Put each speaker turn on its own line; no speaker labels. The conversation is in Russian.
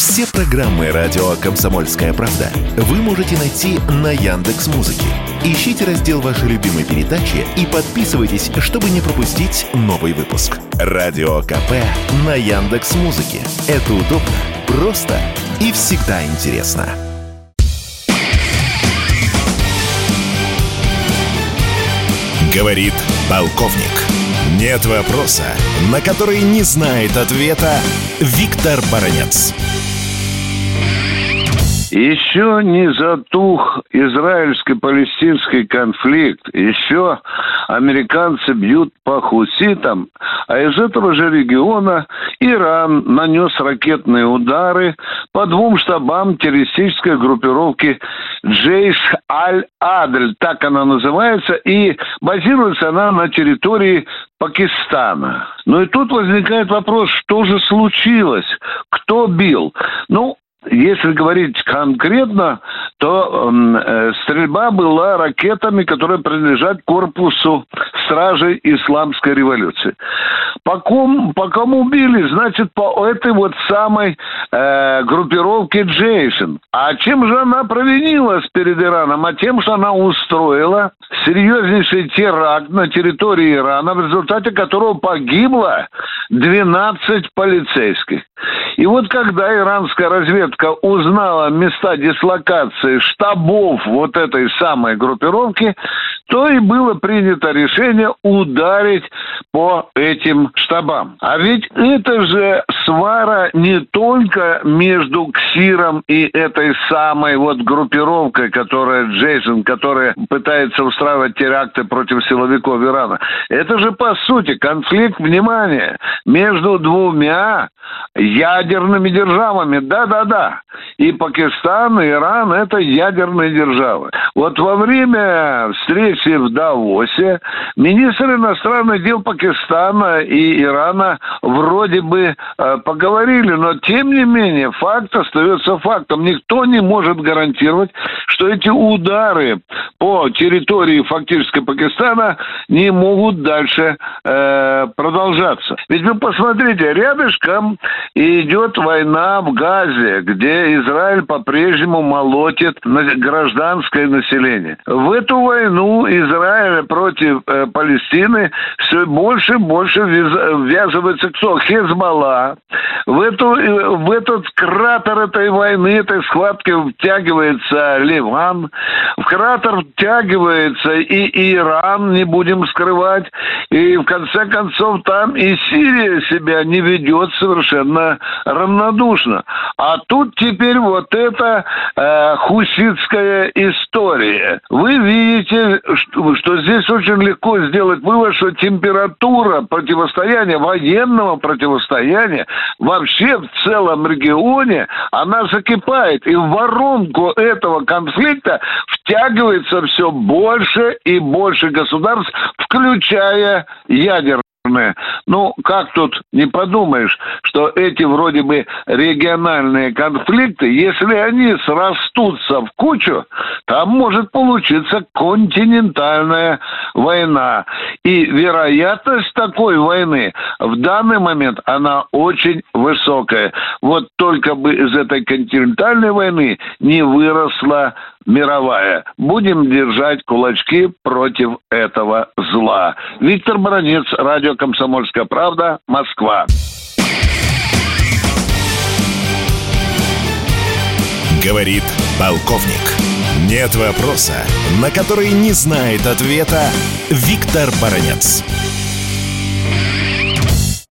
Все программы радио «Комсомольская правда» вы можете найти на Яндекс.Музыке. Ищите раздел вашей любимой передачи и подписывайтесь, чтобы не пропустить новый выпуск. Радио КП на Яндекс.Музыке. Это удобно, просто и всегда интересно. Говорит полковник. Нет вопроса, на который не знает ответа Виктор Баранец.
Еще не затух израильско-палестинский конфликт. Еще американцы бьют по хуситам. А из этого же региона Иран нанес ракетные удары по двум штабам террористической группировки Джейш Аль-Адль. Так она называется. И базируется она на территории Пакистана. Ну и тут возникает вопрос, что же случилось? Кто бил? Если говорить конкретно, то стрельба была ракетами, которые принадлежат корпусу стражей исламской революции. По кому били? Значит, по этой вот самой группировке Джейшин. А чем же она провинилась перед Ираном? А тем, что она устроила серьезнейший теракт на территории Ирана, в результате которого погибло 12 полицейских. И вот когда иранская разведка узнала места дислокации штабов вот этой самой группировки, то и было принято решение ударить по этим штабам. А ведь это же свара не только между КСИРом и этой самой вот группировкой, которая Джейшин, которая пытается устраивать теракты против силовиков Ирана. Это же, по сути, конфликт, внимания, между двумя ядерными державами. Да-да-да. И Пакистан, и Иран – это ядерные державы. Вот во время встречи в Давосе министр иностранных дел Пакистана и Ирана вроде бы поговорили, но тем не менее факт остается фактом. Никто не может гарантировать, что эти удары по территории фактически Пакистана не могут дальше продолжаться. Ведь вы посмотрите, рядышком идет война в Газе, где Израиль по-прежнему молотит гражданское население. В эту войну Израиля против Палестины все больше и больше ввязывается кто? Хезболла. В этот кратер этой войны, этой схватки втягивается Ливан. В кратер втягивается и Иран, не будем скрывать. И в конце концов там и Сирия себя не ведет совершенно равнодушно. А тут теперь вот эта хуситская история. Вы видите, что здесь очень легко сделать вывод, что температура противостояния, военного противостояния вообще в целом регионе, она закипает. И в воронку этого конфликта втягивается все больше и больше государств, включая ядерные. Как тут не подумаешь, что эти вроде бы региональные конфликты, если они срастутся в кучу, там может получиться континентальная война. И вероятность такой войны в данный момент, она очень высокая. Вот только бы из этой континентальной войны не выросла мировая. Будем держать кулачки против этого зла. Виктор Баранец, радио «Комсомольская правда», Москва.
Говорит полковник. Нет вопроса, на который не знает ответа Виктор Баранец.